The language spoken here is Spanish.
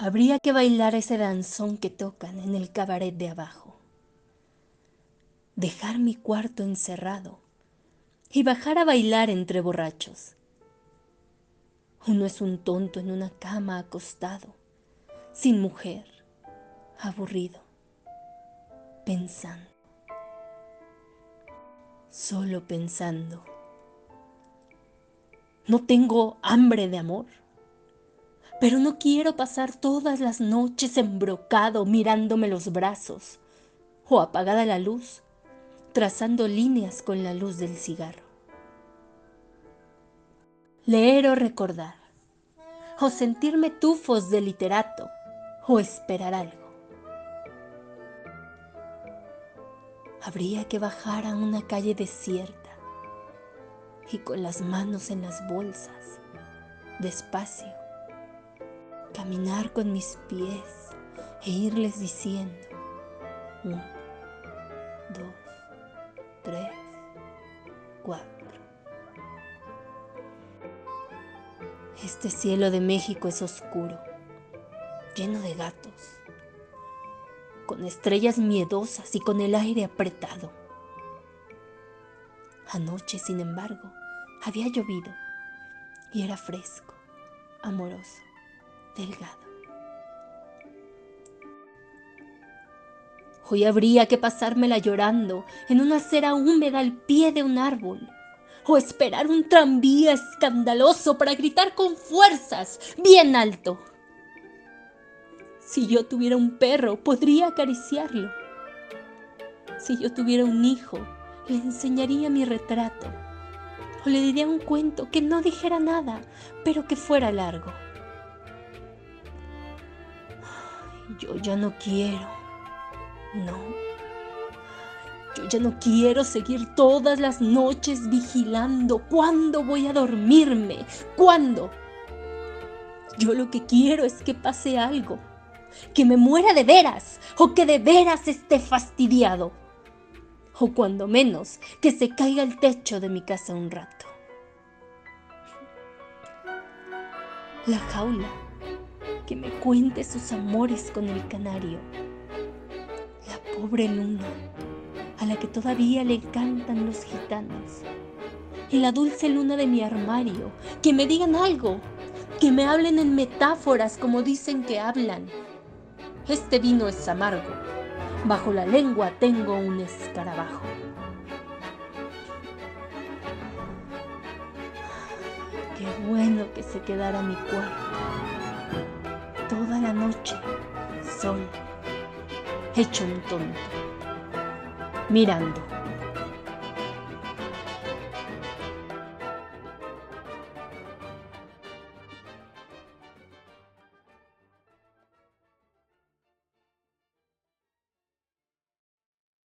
Habría que bailar ese danzón que tocan en el cabaret de abajo. Dejar mi cuarto encerrado y bajar a bailar entre borrachos. Uno es un tonto en una cama acostado, sin mujer, aburrido, pensando, solo pensando. No tengo hambre de amor, pero no quiero pasar todas las noches embrocado mirándome los brazos o apagada la luz, trazando líneas con la luz del cigarro. Leer o recordar, o sentirme tufos de literato, o esperar algo. Habría que bajar a una calle desierta y con las manos en las bolsas, despacio, caminar con mis pies e irles diciendo 1, 2, 3, 4. Este cielo de México es oscuro, lleno de gatos, con estrellas miedosas y con el aire apretado. Anoche, sin embargo, había llovido y era fresco, amoroso, delgado. Hoy habría que pasármela llorando en una acera húmeda al pie de un árbol, o esperar un tranvía escandaloso para gritar con fuerzas, bien alto. Si yo tuviera un perro, podría acariciarlo. Si yo tuviera un hijo, le enseñaría mi retrato, o le diría un cuento que no dijera nada, pero que fuera largo. Yo ya no quiero, no. Yo ya no quiero seguir todas las noches vigilando cuándo voy a dormirme, cuándo. Yo lo que quiero es que pase algo, que me muera de veras o que de veras esté fastidiado. O cuando menos, que se caiga el techo de mi casa un rato. La jaula, que me cuente sus amores con el canario. La pobre luna, a la que todavía le cantan los gitanos. Y la dulce luna de mi armario, que me digan algo, que me hablen en metáforas como dicen que hablan. Este vino es amargo, bajo la lengua tengo un escarabajo. Qué bueno que se quedara mi cuarto, toda la noche, solo, hecho un tonto, mirando.